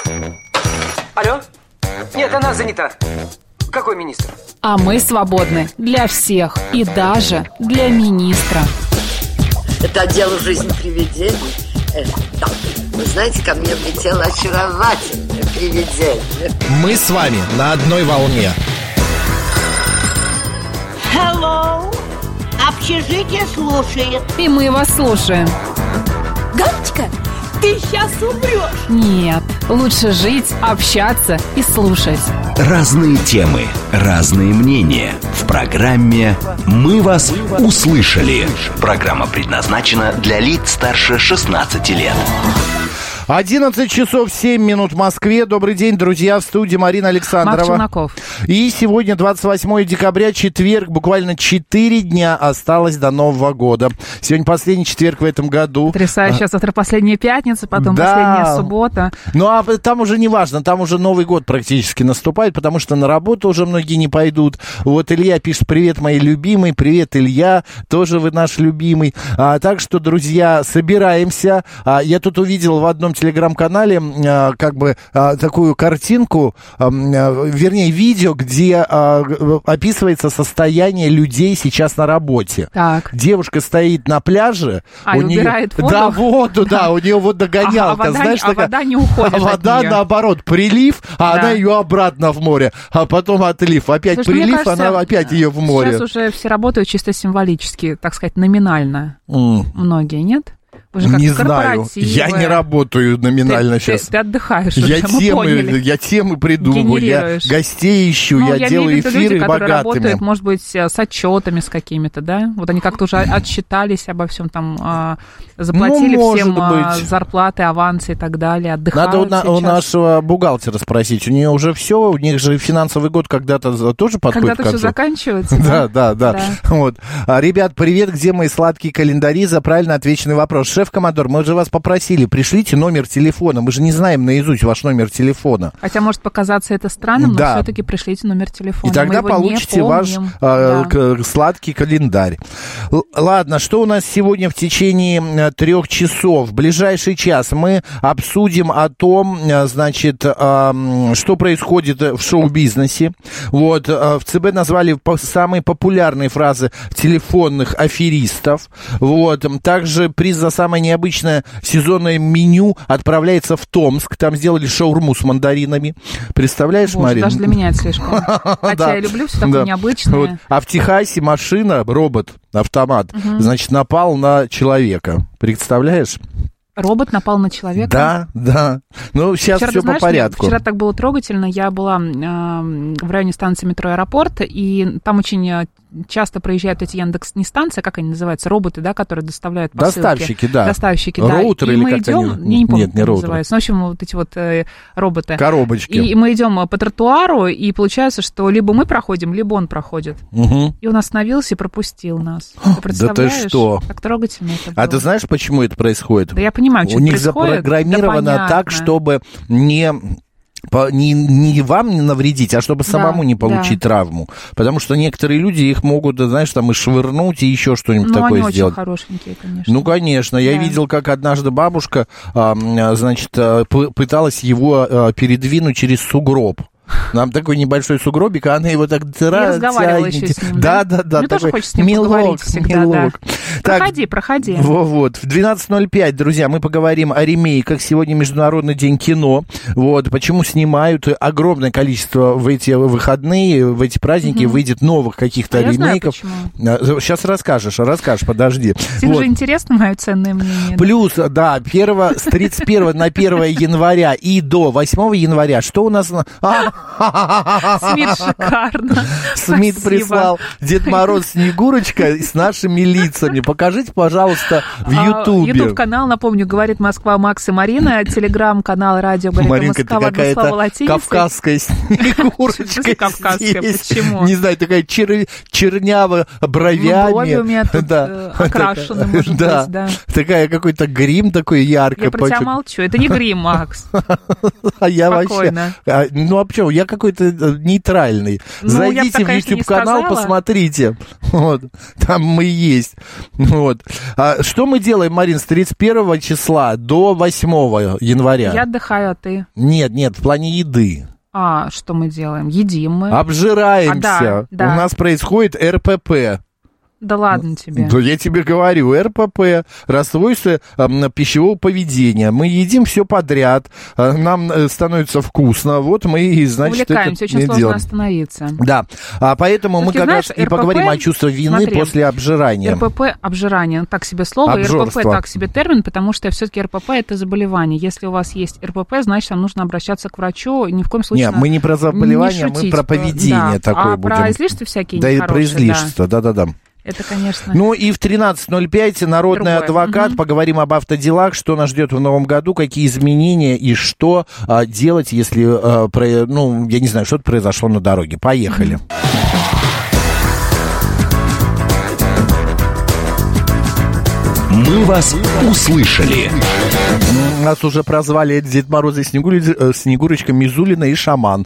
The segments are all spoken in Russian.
Алло? Нет, она занята. Какой министр? А мы свободны для всех и даже для министра. Это отдел «Жизнь привидений». Да. Вы знаете, ко мне влетело очаровательное привидение. Мы с вами на одной волне. Hello! Общежитие слушает. И мы вас слушаем. Галочка, ты сейчас умрешь. Нет, лучше жить, общаться и слушать. Разные темы, разные мнения. В программе «Мы вас услышали». Программа предназначена для лиц старше 16 лет. 11 часов 7 минут в Москве. Добрый день, друзья, в студии Марина Александрова. Марк Челноков. И сегодня 28 декабря, четверг, буквально 4 дня осталось до Нового года. Сегодня последний четверг в этом году. Потрясающе. Завтра последняя пятница, потом да. последняя суббота. Ну, а там уже не важно, там уже Новый год практически наступает, потому что на работу уже многие не пойдут. Вот Илья пишет: привет, мои любимые, привет, Илья, тоже вы наш любимый. Так что, друзья, собираемся. Я тут увидел в одном телеграм-канале такую картинку, вернее, видео, где описывается состояние людей сейчас на работе. Так. Девушка стоит на пляже. И убирает воду? Да, воду, да, у нее водогонялка. Вода не уходит от вода, нее. наоборот, прилив, да. Она ее обратно в море, а потом отлив. Опять Слушай, прилив, кажется, она опять ее в море. Сейчас уже все работают чисто символически, так сказать, номинально. Многие, нет? Не знаю, я не работаю номинально сейчас. Ты отдыхаешь уже, мы поняли. Я темы придумываю, я гостей ищу, я делаю эфиры люди, богатыми. Работают, может быть, с отчетами с какими-то, да? Вот они как-то уже отчитались обо всем, там, заплатили всем зарплаты, авансы и так далее, отдыхают. Надо у нашего бухгалтера спросить, у нее уже все, у них же финансовый год когда-то тоже подходит к концу. Когда-то все заканчивается. Да. Вот. Ребят, привет, где мои сладкие календари? За правильно отвеченный вопрос. Шеф-командор, мы же вас попросили, пришлите номер телефона. Мы же не знаем наизусть ваш номер телефона. Хотя может показаться это странным, но все-таки пришлите номер телефона. И тогда получите ваш сладкий календарь. Ладно, что у нас сегодня в течение 3 часов? В ближайший час мы обсудим о том, значит, что происходит в шоу-бизнесе. Вот, в ЦБ назвали самые популярные фразы телефонных аферистов. Вот, также приз за самое необычное сезонное меню отправляется в Томск. Там сделали шаурму с мандаринами. Представляешь, Марина? Даже для меня это слишком. Хотя я люблю все такое необычное. А в Техасе машина, робот-автомат, значит, напал на человека. Представляешь? Робот напал на человека? Да. Ну, сейчас все по порядку. Вчера так было трогательно. Я была в районе станции метро «Аэропорт», и там очень часто проезжают эти Яндекс, не станции, как они называются, роботы, да, которые доставляют посылки. Доставщики, да. Роутеры или как они? Не помню, как они называются. Ну, в общем, вот эти вот роботы. Коробочки. И мы идем по тротуару, и получается, что либо мы проходим, либо он проходит. И он остановился и пропустил нас. Ты представляешь? Да ты что? Как трогательно это было. А ты знаешь, почему это происходит? Да я понимаю, что у них происходит. Запрограммировано так, чтобы не вам не навредить, а чтобы самому не получить травму. Потому что некоторые люди их могут, знаешь, там и швырнуть, и еще что-нибудь такое они сделать. Очень хорошенькие, конечно. Ну, конечно. Я видел, как однажды бабушка, значит, пыталась его передвинуть через сугроб. Нам такой небольшой сугробик, а она его так разговаривала еще с ним, да? Мне тоже хочется с ним поговорить всегда, милок. Да. Проходи. Вот. В 12:05, друзья, мы поговорим о ремейках. Сегодня Международный день кино. Вот. Почему снимают огромное количество в эти выходные, в эти праздники выйдет новых каких-то ремейков. Сейчас расскажешь, подожди. Тебе же интересно мое ценное мнение. Плюс, да, с 31 на 1 января и до 8 января, что у нас... Смит шикарно. Смит прислал Дед Мороз Снегурочка с нашими лицами. Покажите, пожалуйста, в Ютубе. Ютуб-канал, напомню, «Говорит Москва», Макс и Марина. Телеграм-канал «Радио говорит Москва», Владислава Латиница. Кавказская Снегурочка. Кавказская, почему? Не знаю, такая чернява бровями. Брови у меня тут окрашены, может быть, да. Такая какой-то грим такой яркий. Я про тебя молчу. Это не грим, Макс. А я вообще... Ну, а почему? что, я какой-то нейтральный. Зайдите в YouTube-канал, посмотрите. Вот, там мы есть. Вот. Что мы делаем, Марин, с 31 числа до 8 января? Я отдыхаю, а ты? Нет, в плане еды. Что мы делаем? Едим мы. Обжираемся. Да. У нас происходит РПП. Да ладно тебе. Да я тебе говорю, РПП, расстройство пищевого поведения. Мы едим все подряд, нам становится вкусно, вот мы и, значит, увлекаемся, это очень сложно делаем. остановиться. Да, поэтому мы как раз и поговорим о чувстве вины после обжирания. РПП, обжирание, так себе слово, обжорство. РПП так себе термин, потому что все-таки РПП это заболевание. Если у вас есть РПП, значит, вам нужно обращаться к врачу, ни в коем случае Нет, мы не про заболевание, мы про поведение такое будем. Про излишества всякие нехорошие. Да, и про излишества, да. Это, конечно... Ну и в 13.05 народный адвокат. Поговорим об автоделах, что нас ждет в новом году, какие изменения и что делать, если, я не знаю, что-то произошло на дороге. Поехали. Мы вас услышали. Нас уже прозвали Дед Мороз и Снегурочка, Мизулина и Шаман.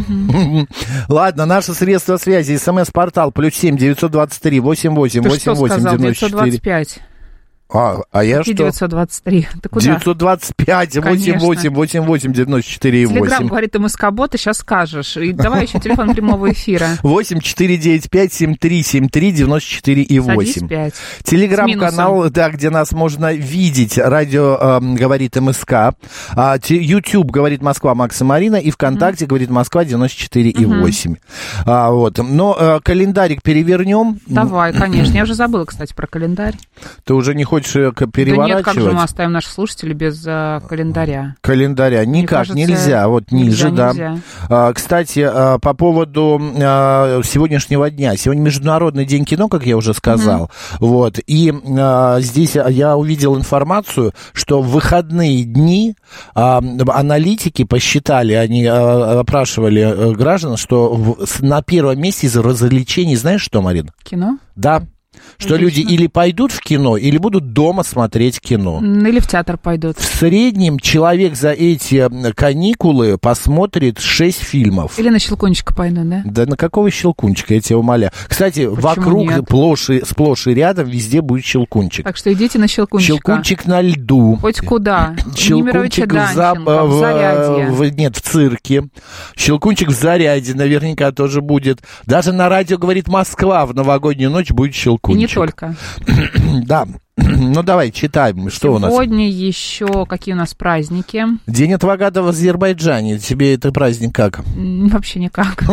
Ладно, наши средства связи. СМС-портал +7 923 88 88 94. 925. А я что? 923. Ты куда? 925 88 88 94 8. Телеграм говорит МСК-бот, ты сейчас скажешь. И давай еще телефон прямого эфира. 8 495 73 73 94 и 8. 5. Телеграм-канал, да, где нас можно видеть. Радио говорит МСК. YouTube говорит Москва, Макс и Марина. И ВКонтакте говорит Москва 94 и 8. Вот. Но календарик перевернем. Давай, конечно. Я уже забыла, кстати, про календарь. Ты уже не хочешь переворачивать? Да нет, как же мы оставим наших слушателей без календаря? Календаря никак, кажется, нельзя. Вот ниже, нельзя. Кстати, по поводу сегодняшнего дня. Сегодня Международный день кино, как я уже сказал. Вот. И здесь я увидел информацию, что в выходные дни аналитики посчитали, они опрашивали граждан, что на первом месте из развлечений, знаешь что, Марина? Кино? Да. Что люди или пойдут в кино, или будут дома смотреть кино. Или в театр пойдут. В среднем человек за эти каникулы посмотрит 6 фильмов. Или на Щелкунчика пойдут, да? Да на какого Щелкунчика, я тебя умоляю. Кстати, почему вокруг сплошь и рядом везде будет Щелкунчик. Так что идите на Щелкунчика. Щелкунчик на льду. Хоть куда. Щелкунчик в Заряде. Нет, в цирке. Щелкунчик в Заряде наверняка тоже будет. Даже на радио говорит Москва в новогоднюю ночь будет Щелкунчик. И не только. Да. Ну, давай, читаем, что у нас. Сегодня еще какие у нас праздники. День адвоката в Азербайджане. Тебе это праздник как? Вообще никак.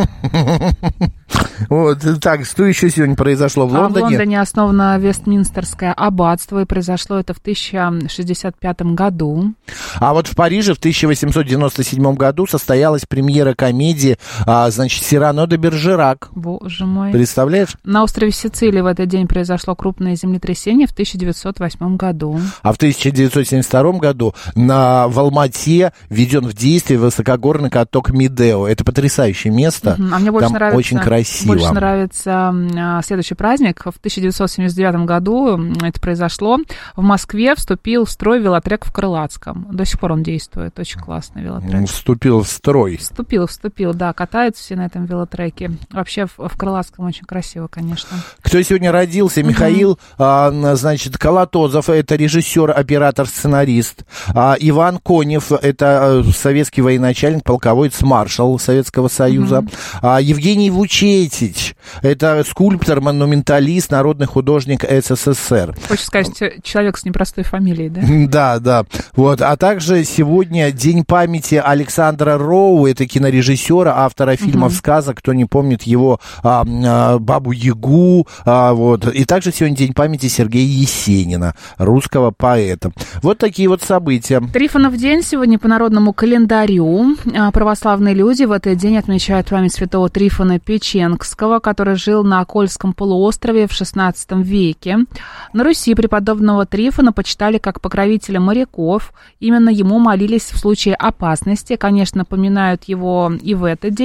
Вот, так, что еще сегодня произошло в Лондоне? В Лондоне основано Вестминстерское аббатство, и произошло это в 1065 году. А вот в Париже в 1897 году состоялась премьера комедии, значит, «Сирано де Бержерак». Боже мой. Представляешь? На острове Сицилии в этот день произошло крупное землетрясение в 1908 году. А в 1972 году в Алмате введен в действие высокогорный каток Медео. Это потрясающее место. А мне больше нравится, очень красиво. Больше нравится следующий праздник. В 1979 году это произошло. В Москве вступил в строй велотрек в Крылатском. До сих пор он действует. Очень классный велотрек. Вступил в строй. Вступил, да. Катаются все на этом велотреке. Вообще в Крылатском очень красиво, конечно. Кто сегодня родился? Михаил, значит, Колотозов, это режиссер, оператор, сценарист. Иван Конев, это советский военачальник, полководец, маршал Советского Союза. Евгений Вучетич, это скульптор, монументалист, народный художник СССР. Хочешь сказать, человек с непростой фамилией, да? Да. Вот. А также сегодня день памяти Александра Роу, это кинорежиссера, автора фильмов сказок, кто не помнит его Бабу-Ягу. Вот. И также сегодня день памяти Сергея Есенина, русского поэта. Вот такие вот события. Трифонов день сегодня по народному календарю. Православные люди в этот день отмечают память святого Трифона Печенгского, который жил на Кольском полуострове в XVI веке. На Руси преподобного Трифона почитали как покровителя моряков. Именно ему молились в случае опасности. Конечно, поминают его и в этот день.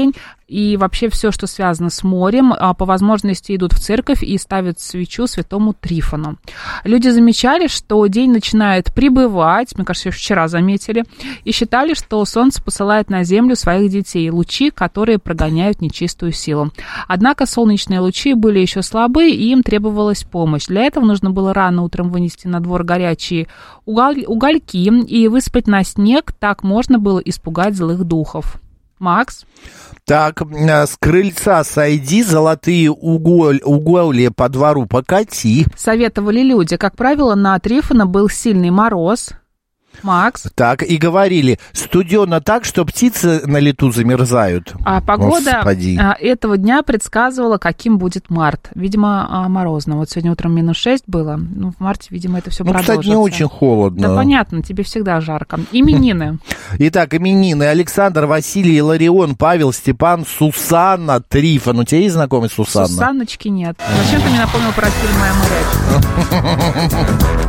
и вообще все, что связано с морем, по возможности идут в церковь и ставят свечу святому Трифону. Люди замечали, что день начинает прибывать, мне кажется, вчера заметили, и считали, что солнце посылает на землю своих детей, лучи, которые прогоняют нечистую силу. Однако солнечные лучи были еще слабы, и им требовалась помощь. Для этого нужно было рано утром вынести на двор горячие угольки и выспать на снег, так можно было испугать злых духов. Макс? Так, с крыльца сойди, золотые уголья по двору покати. Советовали люди. Как правило, на Трифона был сильный мороз. Макс? Так, и говорили, студено так, что птицы на лету замерзают. А погода этого дня предсказывала, каким будет март. Видимо, морозно. Вот сегодня утром -6 было. Ну, в марте, видимо, это все продолжится. Кстати, не очень холодно. Да, понятно, тебе всегда жарко. Именины. Итак, именины. Александр, Василий, Иларион, Павел, Степан, Сусанна, Трифон. У тебя есть знакомый Сусанна? Сусанночки нет. Зачем ты мне напомнил про фильм «Моя морячка»?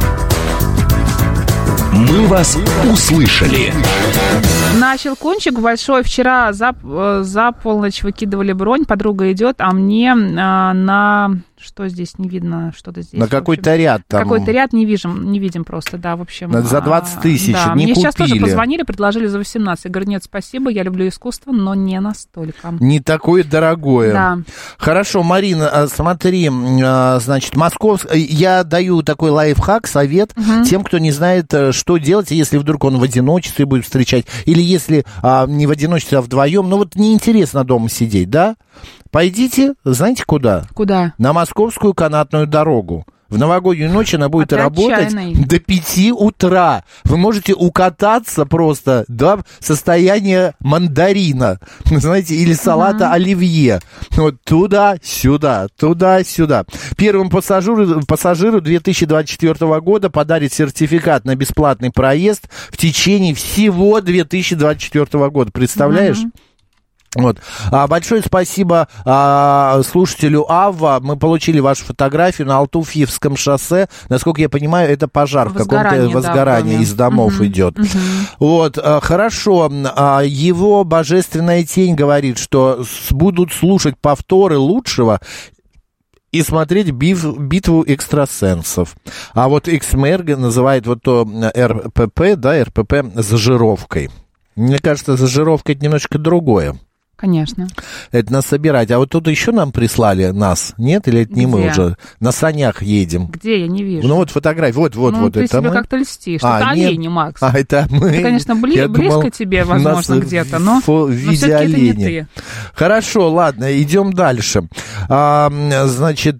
Мы вас услышали. На Щелкунчик большой вчера за полночь выкидывали бронь. Подруга идет, а мне на... Что здесь? Не видно, что-то здесь. На какой-то ряд там. Какой-то ряд не видим просто, да, в общем. За 20 тысяч, да. не Мне купили. сейчас тоже позвонили, предложили за 18. Я говорю, нет, спасибо, я люблю искусство, но не настолько. Не такое дорогое. Да. Хорошо, Марина, смотри, значит, я даю такой лайфхак, совет тем, кто не знает, что делать, если вдруг он в одиночестве будет встречать, или если не в одиночестве, а вдвоем, ну вот неинтересно дома сидеть, да? Пойдите, знаете, куда? Куда? На Московскую канатную дорогу. В новогоднюю ночь она будет работать до 5 утра. Вы можете укататься просто до состояния мандарина, знаете, или салата оливье. Вот туда-сюда, туда-сюда. Первому пассажиру 2024 года подарит сертификат на бесплатный проезд в течение всего 2024 года. Представляешь? Вот. Большое спасибо слушателю Авва. Мы получили вашу фотографию на Алтуфьевском шоссе. Насколько я понимаю, это пожар, в каком-то возгорании из домов идет. Вот, хорошо. Его божественная тень говорит, что будут слушать повторы лучшего и смотреть битву экстрасенсов. А вот X-Merg называет вот то РПП, да, РПП зажировкой. Мне кажется, зажировка это немножко другое. Конечно. Это нас собирать. А вот тут еще нам прислали нас, нет? Или это не мы уже? На санях едем. Где? Я не вижу. Ну вот фотография, вот ты это себе мы. как-то льстишь. Это олени, Макс. Это мы. Это, конечно, близко тебе, возможно, где-то, но все-таки это не ты. Хорошо, ладно, идем дальше. Значит,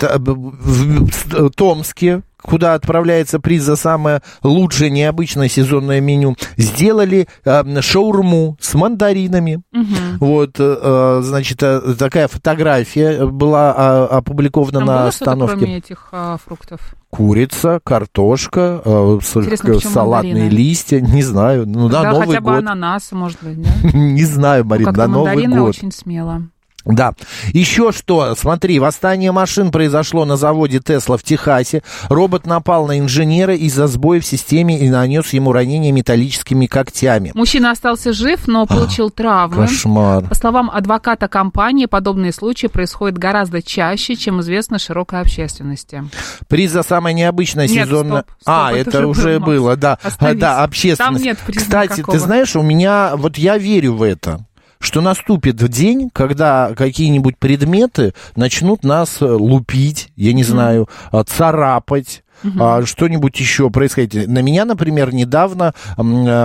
в Томске, куда отправляется приз за самое лучшее необычное сезонное меню, сделали шаурму с мандаринами. Вот, значит, такая фотография была опубликована на остановке. Кроме этих фруктов? Курица, картошка, салатные листья, не знаю. Ну, да, Новый хотя год. бы ананасы, может быть, да? Не знаю, Марина, на Новый год. Очень смело. Да. Еще что, смотри, восстание машин произошло на заводе Тесла в Техасе. Робот напал на инженера из-за сбоя в системе и нанес ему ранение металлическими когтями. Мужчина остался жив, но получил травмы. Кошмар. По словам адвоката компании, подобные случаи происходят гораздо чаще, чем известно широкой общественности. Приз за самое необычное сезонное... Стоп, это уже было, да. Да, общественность. Там нет приза Кстати, никакого. ты знаешь, у меня... Вот я верю в это. Что наступит день, когда какие-нибудь предметы начнут нас лупить, я не знаю, царапать, что-нибудь еще происходит. На меня, например, недавно у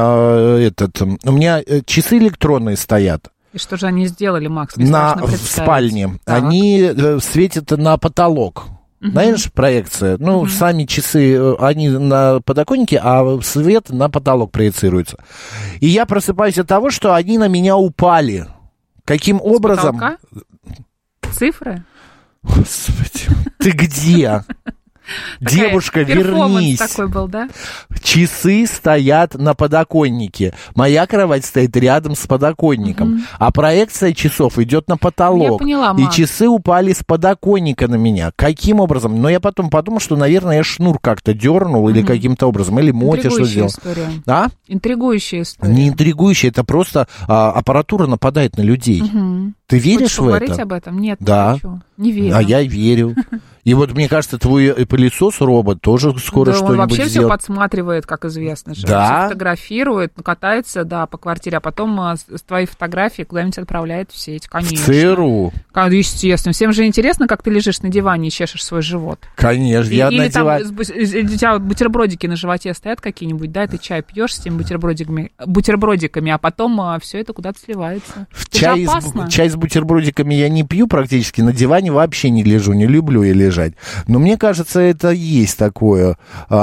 меня часы электронные стоят. И что же они сделали, Макс? В спальне. Так. Они светят на потолок. Знаешь, проекция? Ну, сами часы, они на подоконнике, а свет на потолок проецируется. И я просыпаюсь от того, что они на меня упали. Каким образом? Потолка? Цифры? Господи, ты где? Девушка, вернись. Такой был, да? Часы стоят на подоконнике. Моя кровать стоит рядом с подоконником. А проекция часов идет на потолок. Я поняла, и часы упали с подоконника на меня. Каким образом? Но я потом подумал, что, наверное, я шнур как-то дернул или каким-то образом. Или Мотя что сделал. История. А? Интригующая история. Не интригующая, это просто аппаратура нападает на людей. Ты веришь в это? Говорить об этом? Нет, да. Не верю. А я верю. И вот, мне кажется, твой пылесос-робот тоже скоро что-нибудь он вообще сделает. все подсматривает, как известно же. Да? Он все фотографирует, катается, по квартире, а потом с твоей фотографии куда-нибудь отправляет в сеть, конечно. В ЦРУ? Естественно. Всем же интересно, как ты лежишь на диване и чешешь свой живот. Конечно. Или там у тебя бутербродики на животе стоят какие-нибудь, да, ты чай пьешь с теми бутербродиками, а потом все это куда-то сливается. Чай с бутербродиками я не пью практически, на диване вообще не лежу, не люблю я лежать. Но мне кажется, это есть такая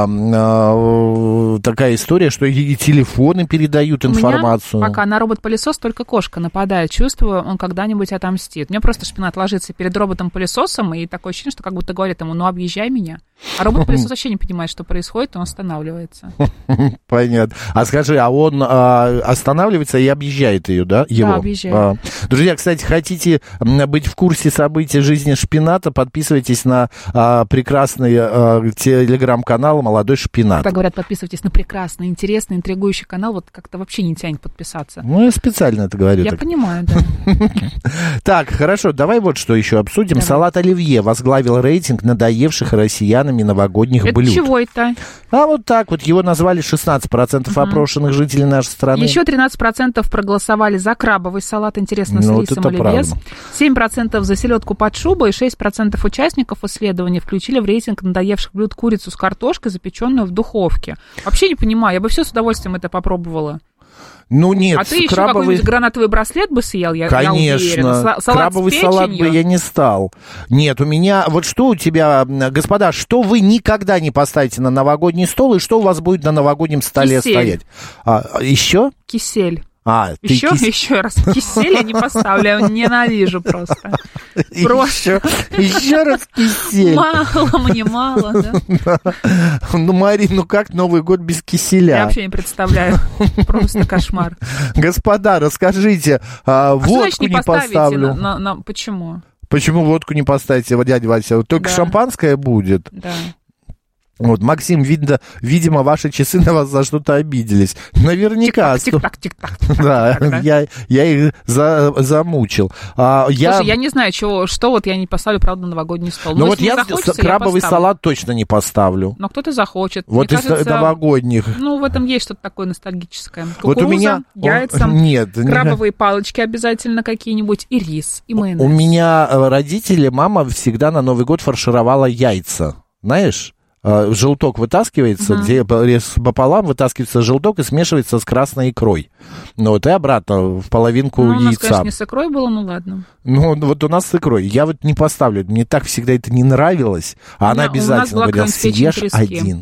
история, что и телефоны передают информацию. У меня пока на робот-пылесос только кошка нападает. Чувствую, он когда-нибудь отомстит. У меня просто шпинат ложится перед роботом-пылесосом, и такое ощущение, что как будто говорит ему, объезжай меня. А робот-пылесос вообще не понимает, что происходит, он останавливается. Понятно. А скажи, а он останавливается и объезжает ее, да? Его? Да, объезжает. Друзья, кстати, хотите быть в курсе событий жизни шпината, подписывайтесь на прекрасный телеграм-канал «Молодой шпинат». Когда говорят, подписывайтесь на прекрасный, интересный, интригующий канал, вот как-то вообще не тянет подписаться. Ну, я специально это говорю. Я понимаю, да. Так, хорошо, давай вот что еще обсудим. Салат оливье возглавил рейтинг надоевших россиянами новогодних блюд. Это чего это? А вот так вот, его назвали 16% опрошенных жителей нашей страны. Еще 13% проголосовали за крабовый салат, интересно, с рисом или без. 7% за селедку под шубой, и 6% участников исследования включили в рейтинг надоевших блюд курицу с картошкой, запеченную в духовке. Вообще не понимаю, я бы все с удовольствием это попробовала. Ну нет, а ты еще какой-нибудь гранатовый браслет бы съел, конечно, я уверена. Крабовый салат бы я не стал. Нет, у меня... Вот что у тебя, господа, что вы никогда не поставите на новогодний стол, и что у вас будет на новогоднем столе стоять? Еще? Кисель. Еще раз кисель я не поставлю, я ненавижу просто. Еще раз кисель. Мало, да? Ну, Марин, как Новый год без киселя? Я вообще не представляю. Просто кошмар. Господа, расскажите, водку не поставлю. Почему? Почему водку не поставите, дядя Вася? Только шампанское будет? Да. Вот, Максим, видимо, ваши часы на вас за что-то обиделись. Наверняка. Тик-так. Да, я их замучил. Слушай, я не знаю, что вот я не поставлю, правда, на новогодний стол. Ну вот я крабовый салат точно не поставлю. Но кто-то захочет. Вот из новогодних. Ну, в этом есть что-то такое ностальгическое. Вот у меня... яйца, крабовые палочки обязательно какие-нибудь, и рис, и майонез. У меня родители, мама всегда на Новый год фаршировала яйца. Знаешь? Желток вытаскивается, где пополам вытаскивается желток и смешивается с красной икрой. Ну, вот и обратно в половинку яйца. У нас, конечно, не с икрой было, ну ладно. Ну, вот у нас с икрой. Я вот не поставлю. Мне так всегда это не нравилось. А она обязательно говорила, съешь один.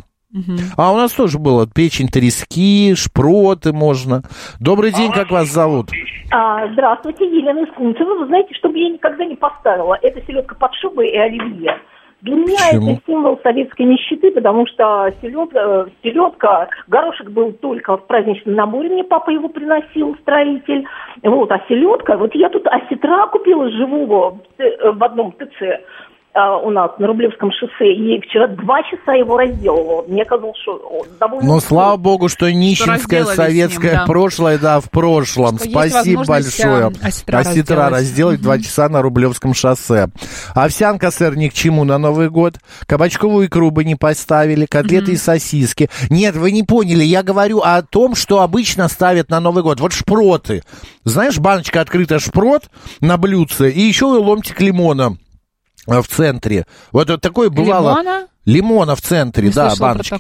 А у нас тоже было печень трески, шпроты можно. Добрый день, как вас зовут? Здравствуйте, Елена из Кунцева. Вы знаете, что бы я никогда не поставила? Это селедка под шубой и оливье. Для меня это символ советской нищеты, потому что селедка, горошек был только в праздничном наборе, мне папа его приносил, строитель. Вот, а селедка, вот я тут осетра купила живого в одном ТЦ у нас на Рублевском шоссе, и вчера 2 часа его разделывала. Мне казалось, что довольно... Ну, слава богу, что нищенское советское прошлое, в прошлом. Что спасибо большое. Осетра разделать 2 часа на Рублевском шоссе. Овсянка, сэр, ни к чему на Новый год. Кабачковую икру бы не поставили, котлеты и сосиски. Нет, вы не поняли, я говорю о том, что обычно ставят на Новый год. Вот шпроты. Знаешь, баночка открыта шпрот на блюдце, и еще ломтик лимона в центре. Вот такое бывало. Лимона в центре, баночки.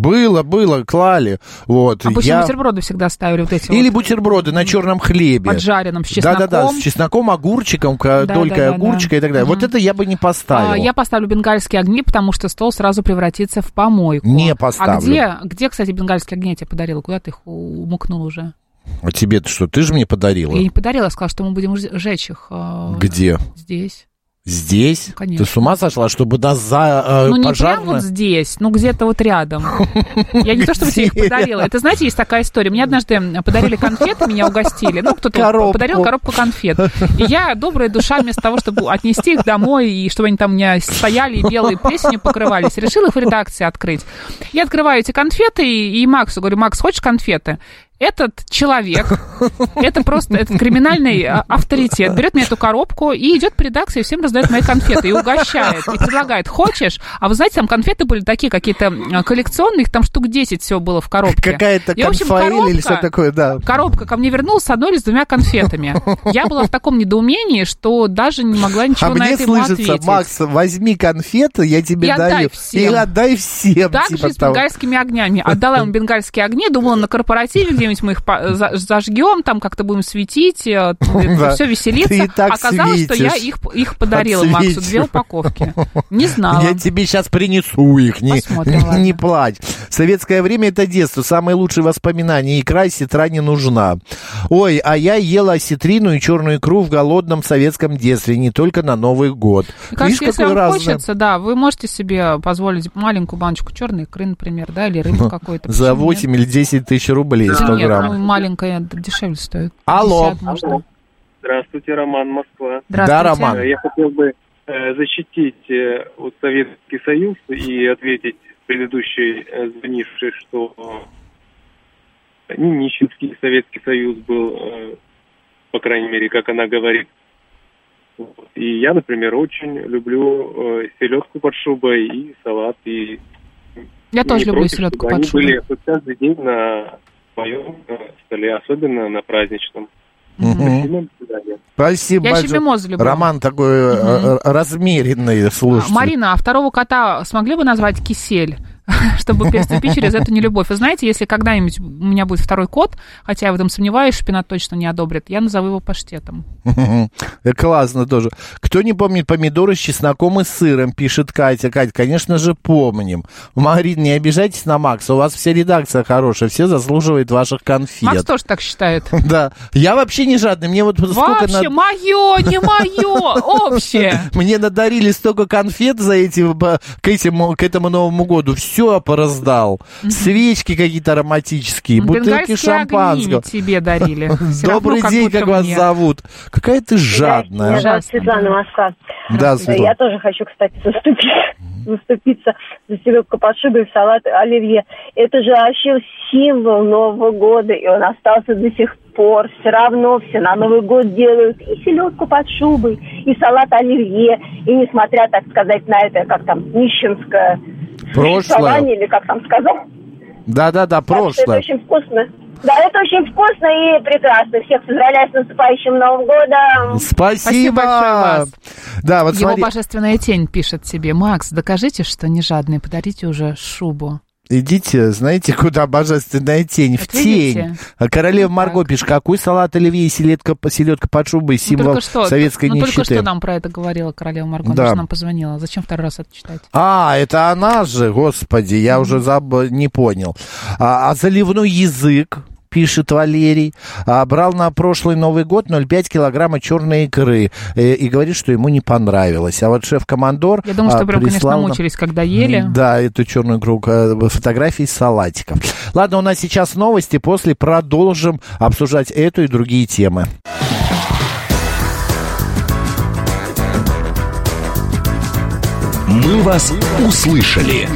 Было, клали. Вот. Обычно бутерброды всегда ставили вот эти. Или бутерброды на черном хлебе. Поджаренном, с чесноком. Да, с чесноком, огурчиком, долькой огурчика и так далее. Вот это я бы не поставил. Я поставлю бенгальские огни, потому что стол сразу превратится в помойку. Не поставлю. А где, кстати, бенгальские огни я тебе подарила? Куда ты их умыкнул уже? А тебе-то что, ты же мне подарила? Я не подарила, сказала, что мы будем жечь их. Где? Здесь. Здесь? Конечно. Ты с ума сошла, чтобы нас за не пожарно... прям вот здесь, где-то вот рядом. Я не то, чтобы тебе их подарила. Это, знаете, есть такая история. Мне однажды подарили конфеты, меня угостили. Кто-то подарил коробку конфет. И я, добрая душа, вместо того, чтобы отнести их домой, и чтобы они там у меня стояли и белой плесенью покрывались, решила их в редакции открыть. Я открываю эти конфеты, и Максу говорю: Макс, хочешь конфеты? этот человек, это просто этот криминальный авторитет, берет мне эту коробку и идет по редакции и всем раздает мои конфеты и угощает, и предлагает, хочешь? А вы знаете, там конфеты были такие какие-то коллекционные, их там штук 10 всего было в коробке. Какая-то конфаэль или что такое, да. Коробка ко мне вернулась с одной или с двумя конфетами. Я была в таком недоумении, что даже не могла ничего на это ему ответить. А мне слышится, Макс, возьми конфеты, я тебе даю, и отдай всем. Так же с бенгальскими огнями. Отдала ему бенгальские огни, думала, на корпоративе где-нибудь мы их зажгем, там как-то будем светить, все веселиться. Оказалось, что я их подарила Максу, 2 упаковки. Не знала. Я тебе сейчас принесу их, не плачь. Советское время — это детство, самые лучшие воспоминания. Икра и сетра не нужна. Ой, а я ела осетрину и черную икру в голодном советском детстве, не только на Новый год. Кажется, если вам хочется, да, вы можете себе позволить маленькую баночку черной икры, например, да, или рыбу какой-то. За 8 или 10 тысяч рублей 100 грамм. Нет, маленькая дешевле стоит. Алло. Здравствуйте, Роман, Москва. Здравствуйте. Да, Роман. Я хотел бы защитить Советский Союз и ответить предыдущей звонившей, что нищенский Советский Союз был, по крайней мере, как она говорит. И я, например, очень люблю селедку под шубой и салат. И я тоже люблю селедку под шубой. Они были каждый день на моем столе, особенно на праздничном. Спасибо я большое. еще мимозу люблю. Роман такой размеренный, слушайте. Марина, а второго кота смогли бы назвать Кисель? Чтобы переступить через эту нелюбовь. Вы знаете, если когда-нибудь у меня будет второй кот, хотя я в этом сомневаюсь, шпинат точно не одобрит, я назову его паштетом. Классно тоже. Кто не помнит помидоры с чесноком и сыром, пишет Катя. Катя, конечно же, помним. Марин, не обижайтесь на Макса, у вас вся редакция хорошая, все заслуживают ваших конфет. Макс тоже так считает. Да. Я вообще не жадный, мне вот сколько... Вообще, мое, не мое, общее. Мне надарили столько конфет за к этому Новому году. Все пораздал. Свечки какие-то ароматические, бутылки шампанского. Тебе дарили. Добрый день, как вас зовут? Какая ты жадная. Да, Светлана, Москва. Да, Светлана. Я тоже хочу, кстати, заступиться за селедку под шубой и салат оливье. Это же вообще символ Нового года, и он остался до сих пор. Все равно все на Новый год делают и селедку под шубой, и салат оливье, и несмотря, так сказать, на это, как там, нищенское прошлое, или как там сказал. Да, прошлое. Это очень вкусно. Да, это очень вкусно и прекрасно. Всех поздравляю с наступающим Новым годом. Спасибо большое. Да, вот его божественная тень пишет тебе: Макс, докажите, что не жадный, подарите уже шубу. Идите, знаете, куда божественная тень? В тень. Королева Марго пишет: какой салат оливье и селедка под шубой, символ советской нищеты. Только что нам про это говорила королева Марго, она же нам позвонила. Зачем второй раз это читать? Это она же, господи, я уже не понял. А заливной язык, пишет Валерий, брал на прошлый Новый год 0,5 килограмма черной икры и говорит, что ему не понравилось. А вот шеф-командор Я думаю, что прям, конечно, мучились, когда ели. Да, эту черную икру, фотографии с салатиком. Ладно, у нас сейчас новости, после продолжим обсуждать эту и другие темы. Мы вас услышали.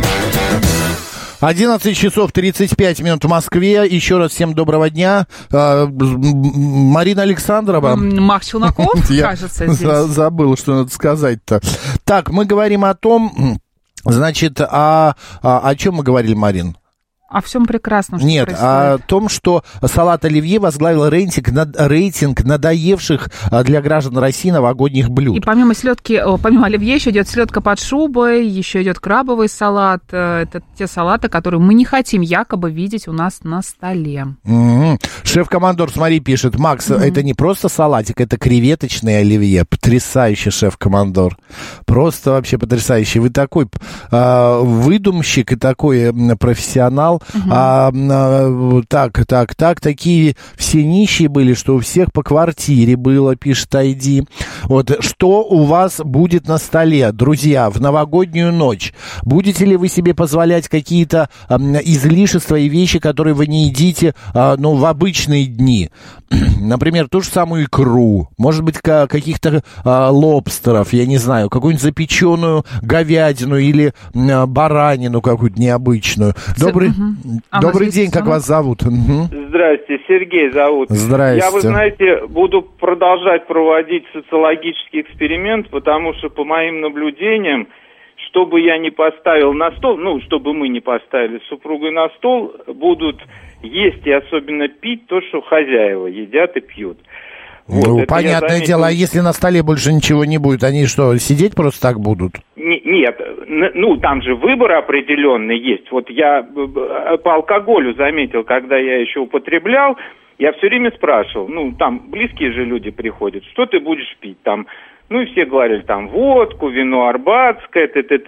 11 часов 35 минут в Москве. Еще раз всем доброго дня. Марина Александрова. Макс Челноков, кажется, здесь. Забыл, что надо сказать-то. Так, мы говорим о том, значит, о чем мы говорили, Марин? О всем прекрасном, что Нет, происходит. о том, что салат оливье возглавил рейтинг надоевших для граждан России новогодних блюд. И помимо оливье еще идет селедка под шубой, еще идет крабовый салат. Это те салаты, которые мы не хотим якобы видеть у нас на столе. Шеф-командор, смотри, пишет: Макс, это не просто салатик, это креветочный оливье. Потрясающий шеф-командор. Просто вообще потрясающий. Вы такой выдумщик и такой профессионал. Такие все нищие были, что у всех по квартире было, пишет Айди. Вот, что у вас будет на столе, друзья, в новогоднюю ночь? Будете ли вы себе позволять какие-то излишества и вещи, которые вы не едите, в обычные дни? Например, ту же самую икру, может быть, каких-то лобстеров, я не знаю, какую-нибудь запеченную говядину или баранину какую-то необычную. Добрый день, как вас зовут? Здрасте, Сергей зовут. Здрасте. Я, вы знаете, буду продолжать проводить социологический эксперимент, потому что, по моим наблюдениям, что бы я ни поставил на стол, чтобы мы не поставили с супругой на стол, будут есть и особенно пить то, что хозяева едят и пьют. Вот, понятное дело, а если на столе больше ничего не будет, они что, сидеть просто так будут? Нет, там же выбор определенный есть. Вот я по алкоголю заметил, когда я еще употреблял, я все время спрашивал, там близкие же люди приходят, что ты будешь пить там? И все говорили, там, водку, вино арбатское,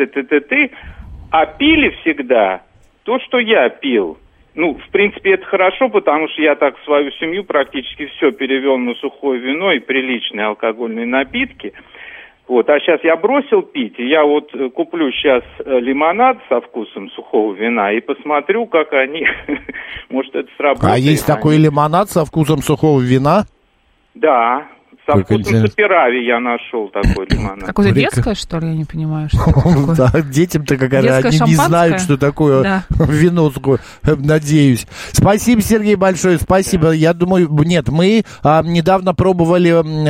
а пили всегда то, что я пил. В принципе, это хорошо, потому что я так свою семью практически все перевел на сухое вино и приличные алкогольные напитки. Вот, а сейчас я бросил пить, и я вот куплю сейчас лимонад со вкусом сухого вина и посмотрю, как они, может, это сработает. А есть такой лимонад со вкусом сухого вина? Да. Со вкусом сапирави я нашел такой лимонад. Какое-то детское, что ли? Я не понимаю, что да, детям-то какая-то, они не знают, что такое вино, надеюсь. Спасибо, Сергей, большое, спасибо. Я думаю, нет, мы недавно пробовали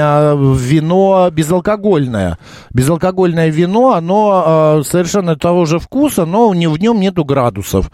вино безалкогольное. Безалкогольное вино, оно совершенно того же вкуса, но в нем нету градусов.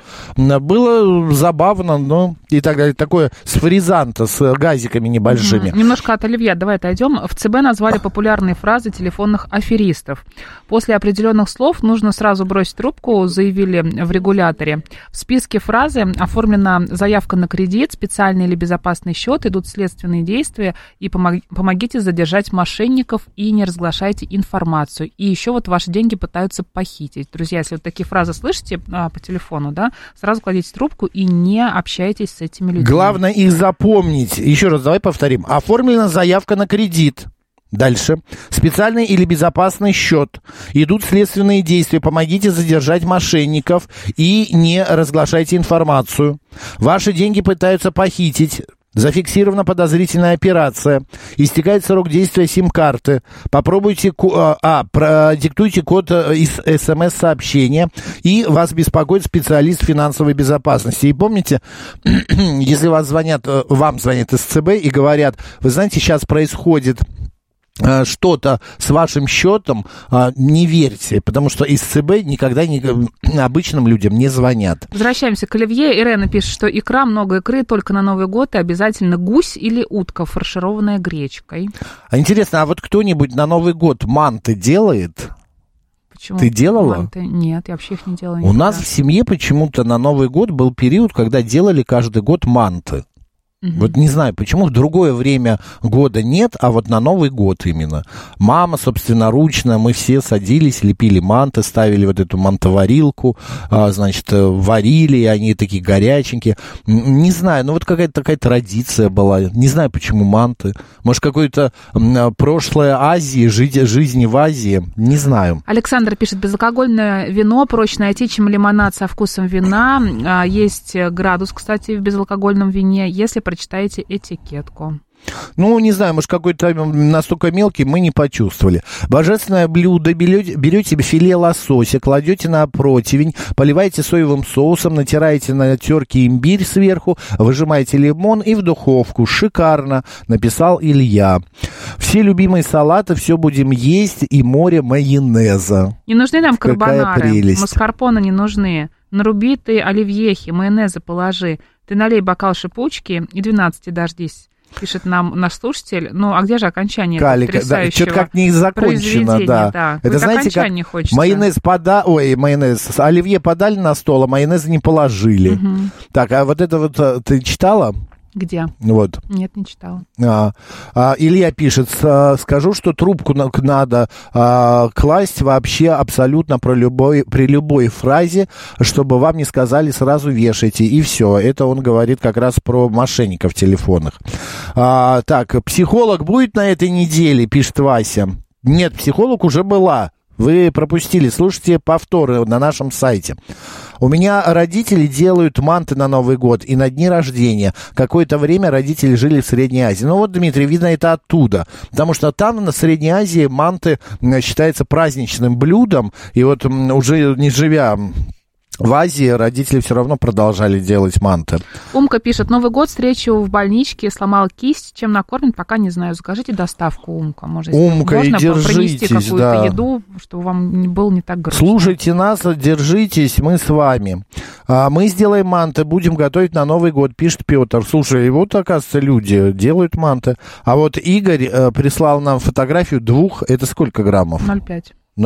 Было забавно, и так далее. Такое с фризанта, с газиками небольшими. Немножко от оливье, давай отойдем. В ЦБ назвали популярные фразы телефонных аферистов. После определенных слов нужно сразу бросить трубку, заявили в регуляторе. В списке фразы оформлена заявка на кредит, специальный или безопасный счет, идут следственные действия, и помогите задержать мошенников и не разглашайте информацию. И еще вот ваши деньги пытаются похитить. Друзья, если вот такие фразы слышите по телефону, да, сразу кладите трубку и не общайтесь с этими людьми. Главное их запомнить. Еще раз, давай повторим. Оформлена заявка на кредит. Дальше. Специальный или безопасный счет. Идут следственные действия. Помогите задержать мошенников и не разглашайте информацию. Ваши деньги пытаются похитить. Зафиксирована подозрительная операция. Истекает срок действия сим-карты. Попробуйте, продиктуйте код из СМС-сообщения, и вас беспокоит специалист финансовой безопасности. И помните, если вам звонят из ЦБ и говорят, вы знаете, сейчас происходит что-то с вашим счетом, не верьте, потому что из ЦБ никогда обычным людям не звонят. Возвращаемся к оливье. Ирена пишет, что икра, много икры только на Новый год, и обязательно гусь или утка, фаршированная гречкой. Интересно, а вот кто-нибудь на Новый год манты делает? Почему? Ты делала? Манты? Нет, я вообще их не делала. У нас в семье почему-то на Новый год был период, когда делали каждый год манты. Вот не знаю, почему в другое время года нет, а вот на Новый год именно. Мама собственноручно, мы все садились, лепили манты, ставили вот эту мантоварилку, варили, и они такие горяченькие. Не знаю, вот какая-то такая традиция была. Не знаю, почему манты. Может, какое-то прошлое Азии, жизни в Азии. Не знаю. Александр пишет, безалкогольное вино проще найти, чем лимонад со вкусом вина. Есть градус, кстати, в безалкогольном вине, если прочитаете этикетку. Не знаю, может, какой-то настолько мелкий, мы не почувствовали. Божественное блюдо. Берете филе лосося, кладете на противень, поливаете соевым соусом, натираете на терке имбирь сверху, выжимаете лимон и в духовку. Шикарно, написал Илья. Все любимые салаты, все будем есть, и море майонеза. Не нужны нам карбонары, маскарпоне не нужны. Наруби ты оливьехи, майонеза положи. Ты налей бокал шипучки и 12 дождись. Пишет нам наш слушатель. А где же окончание потрясающего да, что-то как не закончено, да. Это знаете, как хочется. Майонез оливье подали на стол, а майонеза не положили. Угу. Так, а вот это вот ты читала? Где? Вот. Нет, не читала. Илья пишет, скажу, что трубку надо класть вообще абсолютно при любой фразе, чтобы вам не сказали, сразу вешайте, и все. Это он говорит как раз про мошенников телефонных. Так, психолог будет на этой неделе, пишет Вася. Нет, психолог уже была. Вы пропустили, слушайте повторы на нашем сайте. У меня родители делают манты на Новый год и на дни рождения. Какое-то время родители жили в Средней Азии. Дмитрий, видно, это оттуда. Потому что там, на Средней Азии, манты считаются праздничным блюдом. И вот уже не живя В Азии родители все равно продолжали делать манты. Умка пишет: Новый год встречу в больничке, сломал кисть, чем накормить, пока не знаю. Закажите доставку, Умка. Может, Умка, можно и держитесь, принести какую-то еду, чтобы вам было не так грустно. Слушайте нас, держитесь, мы с вами. Мы сделаем манты, будем готовить на Новый год, пишет Петр. Слушай, вот, оказывается, люди делают манты. А вот Игорь прислал нам фотографию 2, это сколько граммов? 0,5.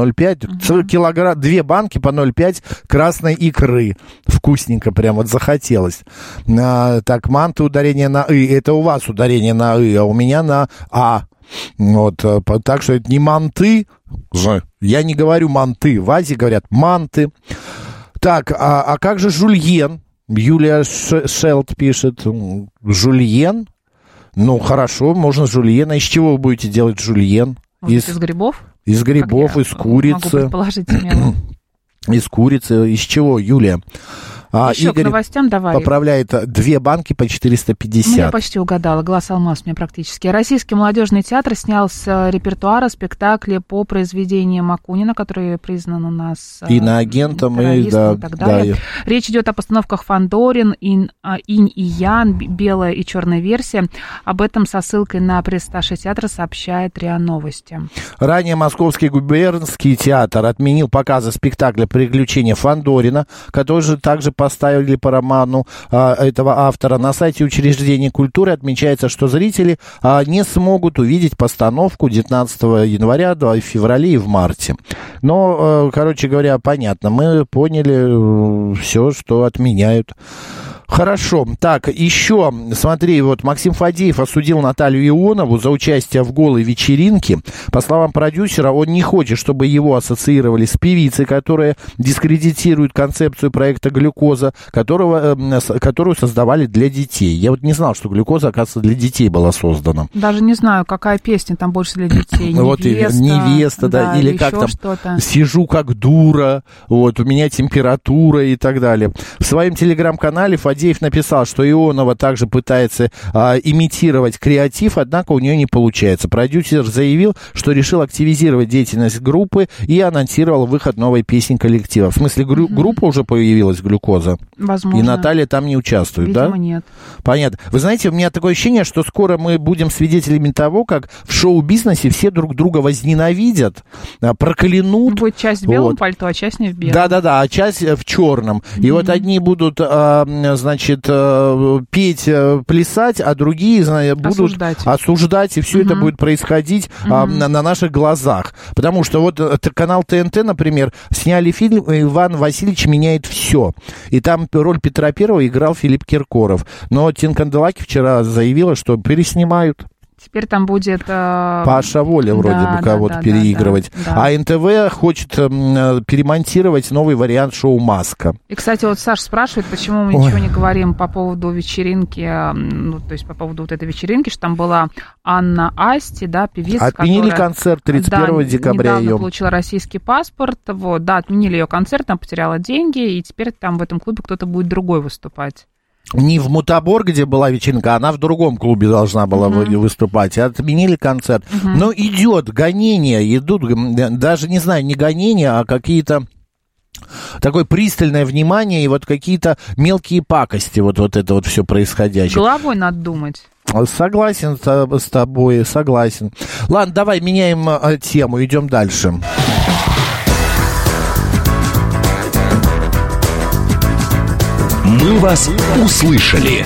0,5 килограмм, 2 банки по 0,5 красной икры. Вкусненько прям вот захотелось. Так, манты, ударение на «ы». Это у вас ударение на «ы», а у меня на «а». Вот, так что это не манты же. Я не говорю манты. В Азии говорят манты. Так, а как же жульен? Юлия Шелд пишет. Жульен? Ну, хорошо, можно жульена. Из чего вы будете делать жульен? Из грибов? Из грибов, из курицы. Могу предположить смело. Из курицы. Из чего, Юлия? Еще Игорь к новостям давай. Поправляет 2 банки по 450. Я почти угадала. Глаз алмаз мне практически. Российский молодежный театр снял с репертуара спектакли по произведениям Акунина, которые признаны у нас иноагентом и так далее. Да. Речь идет о постановках «Фандорин», «Инь и Ян», белая и черная версия. Об этом со ссылкой на пресс-атташе театра сообщает РИА Новости. Ранее Московский губернский театр отменил показы спектакля «Приключения Фандорина», который же также поставили по роману этого автора. На сайте учреждения культуры отмечается, что зрители не смогут увидеть постановку 19 января, в феврале и в марте. Но, короче говоря, понятно, мы поняли все, что отменяют. Хорошо. Так, еще, смотри, вот Максим Фадеев осудил Наталью Ионову за участие в голой вечеринке. По словам продюсера, он не хочет, чтобы его ассоциировали с певицей, которая дискредитирует концепцию проекта «Глюкоза», которую создавали для детей. Я вот не знал, что «Глюкоза», оказывается, для детей была создана. Даже не знаю, какая песня там больше для детей. «Невеста», да, или как там что-то. «Сижу как дура», вот, «У меня температура» и так далее. В своем телеграм-канале Фадеев написал, что Ионова также пытается имитировать креатив, однако у нее не получается. Продюсер заявил, что решил активизировать деятельность группы и анонсировал выход новой песни коллектива. В смысле, группа уже появилась, «Глюкоза»? Возможно. И Наталья там не участвует, видимо, да? Нет. Понятно. Вы знаете, у меня такое ощущение, что скоро мы будем свидетелями того, как в шоу-бизнесе все друг друга возненавидят, проклянут. Будет часть в белом пальто, а часть не в белом. Да-да-да, а часть в черном. И вот одни будут, значит, петь, плясать, а другие, будут осуждать, и все это будет происходить на наших глазах. Потому что вот канал ТНТ, например, сняли фильм «Иван Васильевич меняет все». И там роль Петра Первого играл Филипп Киркоров. Но Тинканделаки вчера заявила, что переснимают. Теперь там будет... Паша Воля вроде бы кого-то переигрывать. Да. А НТВ хочет перемонтировать новый вариант шоу «Маска». И, кстати, вот Саша спрашивает, почему мы ничего не говорим по поводу вечеринки, ну, то есть по поводу вот этой вечеринки, что там была Анна Асти, да, певица, отменили концерт 31 декабря недавно получила российский паспорт, вот, да, отменили ее концерт, она потеряла деньги, и теперь там в этом клубе кто-то будет другой выступать. Не в Мутабор, где была вечеринка, она в другом клубе должна была выступать. Отменили концерт. Но идет гонение, идут, даже, не знаю, не гонения, а какие-то... Такое пристальное внимание и вот какие-то мелкие пакости, вот это вот все происходящее. Головой надо думать. Согласен с тобой, согласен. Ладно, давай меняем тему, идем дальше. Мы вас услышали.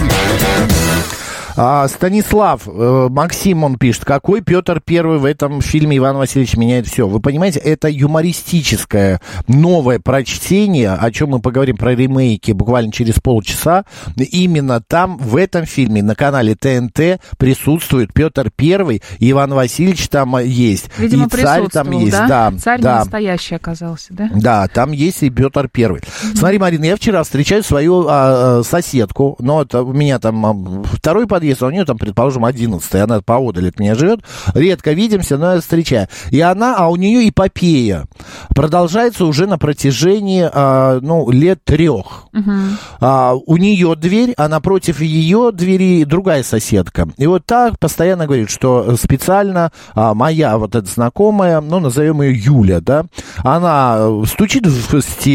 Станислав, Максим, он пишет, какой Петр Первый в этом фильме «Иван Васильевич меняет все». Вы понимаете, это юмористическое новое прочтение, о чем мы поговорим про ремейки буквально через полчаса. Именно там, в этом фильме, на канале ТНТ присутствует Петр Первый, и Иван Васильевич там есть. Видимо, и царь там есть. Да? Царь не настоящий оказался, да? Да, там есть и Петр Первый. Смотри, Марина, я вчера встречаю свою соседку, но вот у меня там второй подъезд, у нее там, предположим, 11-й, она поодаль от меня живет, редко видимся, но я встречаю. И она, у нее эпопея продолжается уже на протяжении, лет 3. У нее дверь, а напротив ее двери другая соседка. И вот так постоянно говорит, что специально моя вот эта знакомая, назовем ее Юля, да, она стучит в стены,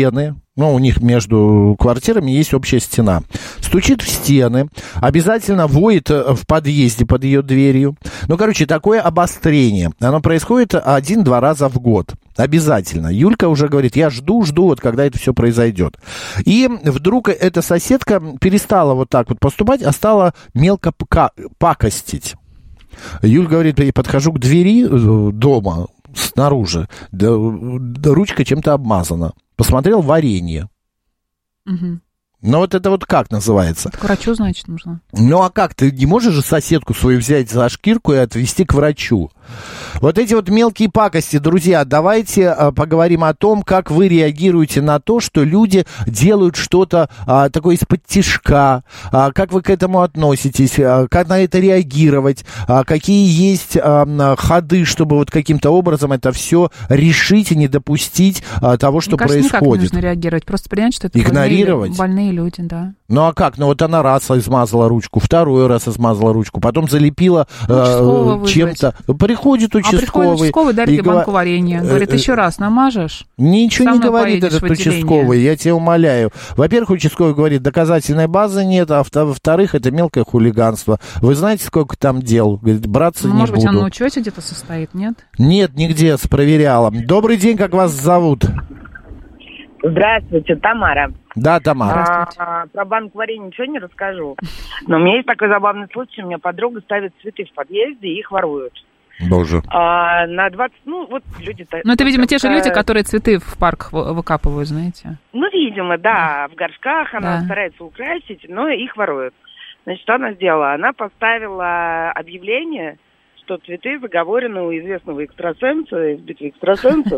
Ну, у них между квартирами есть общая стена. Стучит в стены, обязательно воет в подъезде под ее дверью. Ну, короче, такое обострение. Оно происходит 1-2 раза в год. Обязательно. Юлька уже говорит, я жду, вот когда это все произойдет. И вдруг эта соседка перестала вот так вот поступать, а стала мелко пакостить. Юль говорит, я подхожу к двери дома снаружи, ручка чем-то обмазана. Посмотрел варенье. Угу. Но вот это вот как называется? К врачу, значит, нужно. Ну, а как? Ты не можешь же соседку свою взять за шкирку и отвезти к врачу? Вот эти вот мелкие пакости, друзья, давайте поговорим о том, как вы реагируете на то, что люди делают что-то такое из-под тишка, как вы к этому относитесь, как на это реагировать, какие есть ходы, чтобы вот каким-то образом это все решить и не допустить того, что происходит. Никак не нужно реагировать, просто принять, что это игнорировать. Больные люди, да. Ну, а как? Ну, вот она раз измазала ручку, второй раз измазала ручку, потом залепила чем-то. Приходит участковый. Дарит ей банку варенья. Говорит, еще раз намажешь? Ничего не говорит этот участковый, я тебя умоляю. Во-первых, участковый говорит, доказательной базы нет, а во-вторых, это мелкое хулиганство. Вы знаете, сколько там дел? Говорит, браться не буду. Может быть, он на учете где-то состоит, нет? Нет, нигде, проверяла. Добрый день, как вас зовут? Здравствуйте, Тамара. Да, Тамара. Про банк варенья ничего не расскажу. Но у меня есть такой забавный случай. У меня подруга ставит цветы в подъезде, и их воруют. Боже. На 20, вот люди-то... Ну, это, видимо, те же люди, которые цветы в парк выкапывают, знаете. Ну, видимо, да. В горшках она старается украсить, но их воруют. Значит, что она сделала? Она поставила объявление, что цветы заговорены у известного экстрасенса из битвы экстрасенсов.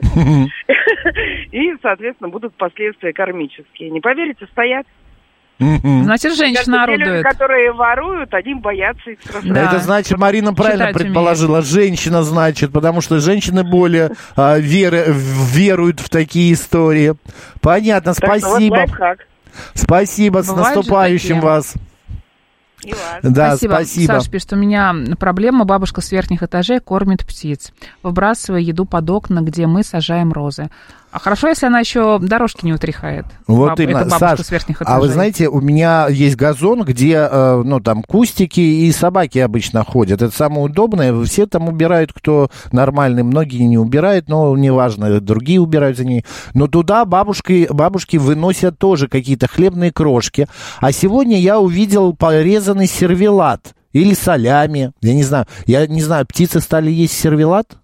И, соответственно, будут последствия кармические. Не поверите, стоят. Значит, женщина орудует. Люди, которые воруют, они боятся экстрасенсов. Да. Это значит, Марина правильно предположила, женщина, значит, потому что женщины более веруют в такие истории. Понятно, спасибо. Спасибо, с наступающим вас. Да, спасибо. Саш пишет, у меня проблема, бабушка с верхних этажей кормит птиц, выбрасывая еду под окна, где мы сажаем розы. А хорошо, если она еще дорожки не утряхает. Вот именно, это бабушка Саш, с верхних этажей. А вы знаете, у меня есть газон, где, там кустики и собаки обычно ходят. Это самое удобное. Все там убирают, кто нормальный, многие не убирают, но неважно, другие убирают за ней. Но туда бабушки выносят тоже какие-то хлебные крошки. А сегодня я увидел порезанный сервелат или солями. Я не знаю, птицы стали есть сервелат?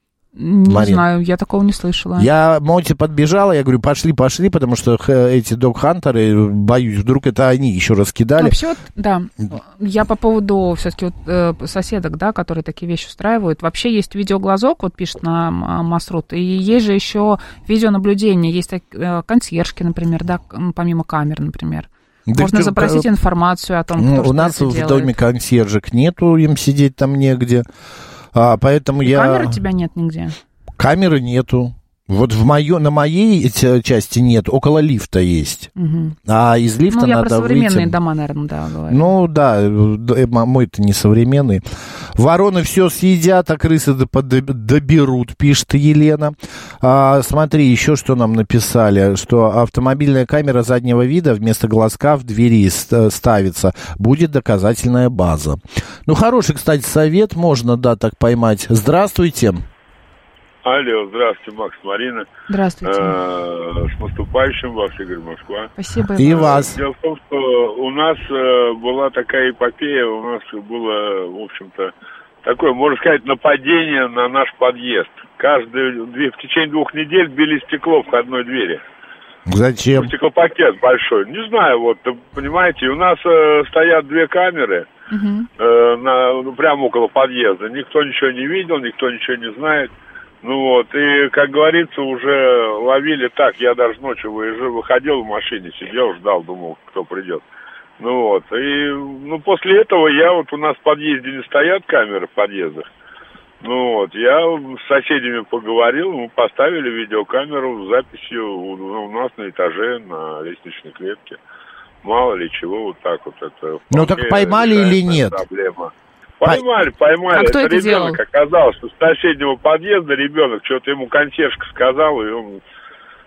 Не знаю, я такого не слышала. Я Моти подбежала, я говорю, пошли, потому что эти дог-хантеры, боюсь, вдруг это они еще раскидали. Вообще, да, я по поводу все-таки соседок, да, которые такие вещи устраивают. Вообще есть видеоглазок, вот пишет на Масрут, и есть же еще видеонаблюдение, есть консьержки, например, да, помимо камер, например. Можно запросить информацию о том, кто что делает. У нас в доме консьержек нету, им сидеть там негде. Поэтому камеры у тебя нет нигде? Камеры нету. Вот на моей части нет, около лифта есть. Угу. А из лифта надо выйти. Я про современные дома, наверное, да, говорю. Ну, да, мой-то не современный. Вороны все съедят, а крысы доберут, пишет Елена. Смотри, еще что нам написали, что автомобильная камера заднего вида вместо глазка в двери ставится. Будет доказательная база. Ну, хороший, кстати, совет, можно, да, так поймать. Здравствуйте. Алло, здравствуйте, Макс, Марина. Здравствуйте. С наступающим вас, Игорь, Москва. Спасибо. И вас. Дело в том, что у нас была такая эпопея, у нас было, в общем-то, такое, можно сказать, нападение на наш подъезд. В течение 2 недель били стекло входной двери. Зачем? Стеклопакет большой. Не знаю, понимаете, у нас стоят 2 камеры прямо около подъезда. Никто ничего не видел, никто ничего не знает. И, как говорится, уже ловили так, я даже ночью выходил в машине, сидел, ждал, думал, кто придет. После этого у нас в подъезде не стоят камеры в подъездах. Я с соседями поговорил, мы поставили видеокамеру с записью у нас на этаже, на лестничной клетке. Мало ли чего, это... так поймали или нет? Проблема. Поймали. А кто это делал? Оказалось, что с соседнего подъезда ребенок, что-то ему консьержка сказала, и он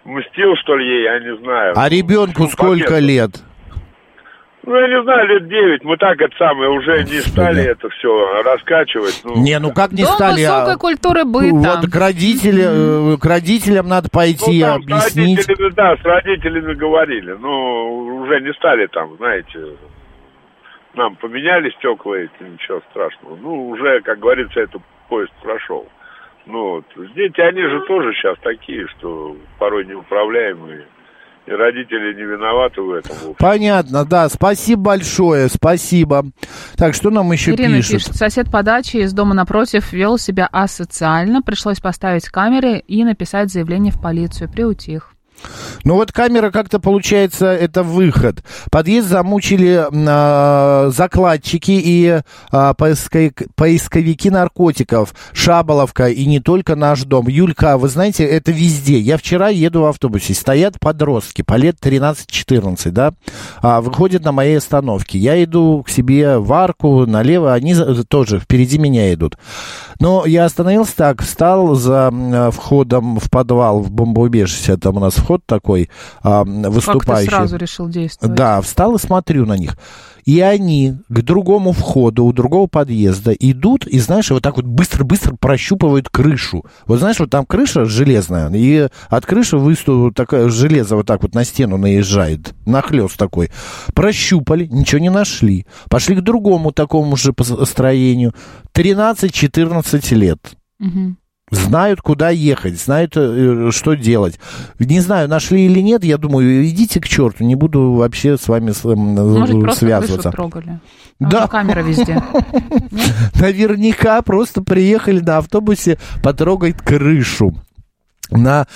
мстил, что ли, ей, я не знаю. А ребенку сколько лет? Ну, я не знаю, лет 9. Мы так, это самое, уже не стали это все раскачивать. Не, ну как не стали? Высокой культуры быта. Вот к родителям надо пойти объяснить. С родителями говорили. Ну, уже не стали там, знаете, нам поменяли стекла эти, ничего страшного. Ну, уже, как говорится, этот поезд прошел. Ну, вот. Дети, они же тоже сейчас такие, что порой неуправляемые. И родители не виноваты в этом. Понятно, да. Спасибо большое, спасибо. Так, что нам еще Ирина пишет? Сосед по даче из дома напротив вел себя асоциально. Пришлось поставить камеры и написать заявление в полицию. Приутих. Ну вот камера как-то, получается, это выход. Подъезд замучили закладчики и поисковики наркотиков. Шаболовка и не только наш дом. Юлька, вы знаете, это везде. Я вчера еду в автобусе, стоят подростки по лет 13-14, да, выходят на моей остановке. Я иду к себе в арку налево, они тоже впереди меня идут. Но я остановился так, встал за входом в подвал, в бомбоубежище, там у нас вход такой выступающий. Как ты сразу решил действовать? Да, встал и смотрю на них. И они к другому входу, у другого подъезда идут, и, знаешь, вот так вот быстро-быстро прощупывают крышу. Вот, знаешь, вот там крыша железная, и от крыши такое железо вот так вот на стену наезжает, нахлёст такой. Прощупали, ничего не нашли. Пошли к другому такому же строению. 13-14 лет. Угу. Знают, куда ехать, знают, что делать. Не знаю, нашли или нет, я думаю, идите к черту, не буду вообще с вами Может, связываться. Просто трогали. Да. Камера везде. Наверняка просто приехали на автобусе потрогать крышу. В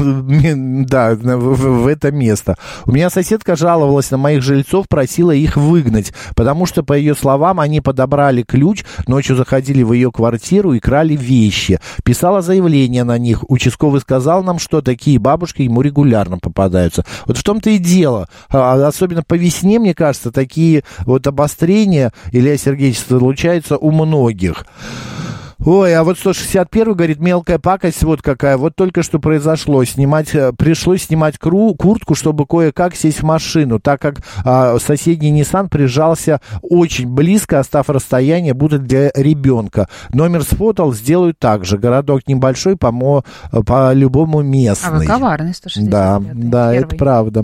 это место. У меня соседка жаловалась на моих жильцов, просила их выгнать, потому что, по ее словам, они подобрали ключ, ночью заходили в ее квартиру и крали вещи. Писала заявление на них. Участковый сказал нам, что такие бабушки ему регулярно попадаются. Вот в том-то и дело. Особенно по весне, мне кажется, такие вот обострения, Илья Сергеевич, случаются у многих. Ой, а вот 161 говорит, мелкая пакость вот какая. Вот только что произошло. Пришлось снимать куртку, чтобы кое-как сесть в машину, так как соседний Nissan прижался очень близко, остав расстояние, будто для ребенка. Номер сфотал, сделают так же. Городок небольшой, по-любому местный. А вы коварный, 160 Да, лет. да, это правда.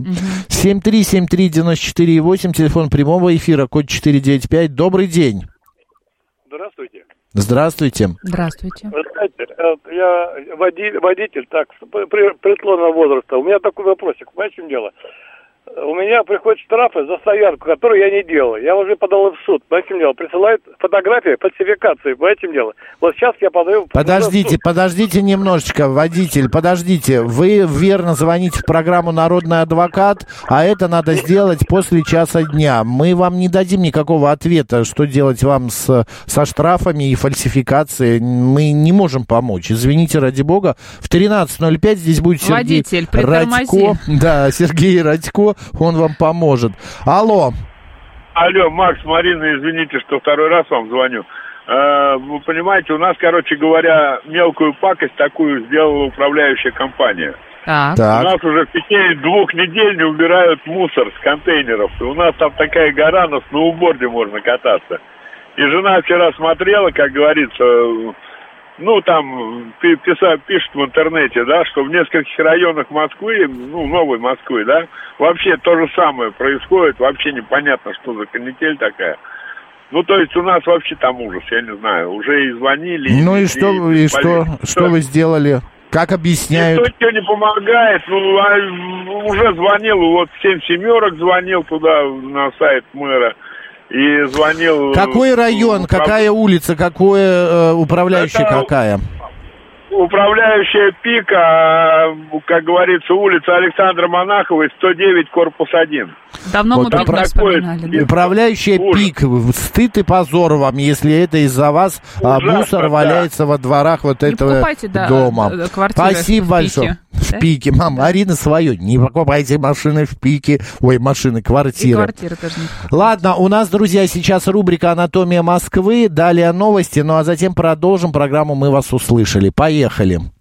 7373948, телефон прямого эфира, код 495. Добрый день. Здравствуйте. Здравствуйте. Здравствуйте. Вы знаете, я водитель, так, преклонного возраста. У меня такой вопросик. Понимаете, в чем дело? У меня приходят штрафы за стоянку, которую я не делал. Я уже подал в суд. Понимаете, в чем дело? Присылают фотографии, фальсификации. Понимаете, в чем дело? Вот сейчас я подаю... Подождите немножечко, водитель, подождите. Вы верно звоните в программу «Народный адвокат», а это надо сделать после часа дня. Мы вам не дадим никакого ответа, что делать вам со штрафами и фальсификацией. Мы не можем помочь. Извините, ради бога. В 13:05 здесь будет Сергей Радько. Да, Сергей Радько. Он вам поможет. Алло. Алло, Макс, Марина, извините, что второй раз вам звоню. Вы понимаете, у нас, короче говоря, мелкую пакость такую сделала управляющая компания. Так. У нас уже в течение 2 недель не убирают мусор с контейнеров. И у нас там такая гора, на сноуборде можно кататься. И жена вчера смотрела, как говорится, ну, там, пишет в интернете, да, что в нескольких районах Москвы, ну, новой Москвы, да, вообще то же самое происходит, вообще непонятно, что за канитель такая. Ну, то есть у нас вообще там ужас, я не знаю, уже и звонили. Ну, и что вы сделали? Как объясняют? Никто ничего не помогает, уже звонил, вот в 7 семерок звонил туда, на сайт мэра. И звонил... Какой район, какая улица, какое управляющая какая? Управляющая ПИКа, как говорится, улица Александра Монахова, 109, корпус 1. Давно вот мы ПИК вспоминали. Управляющая ПИК, стыд и позор вам, если это из-за вас мусор валяется во дворах вот этого дома. Спасибо большое. В ПИКе. Мам, Арина свое. Не покупайте машины в ПИКе. Ой, машины, квартиры. И квартиры тоже не покупайте. Ладно, у нас, друзья, сейчас рубрика «Анатомия Москвы». Далее новости, ну а затем продолжим программу «Мы вас услышали». Поехали.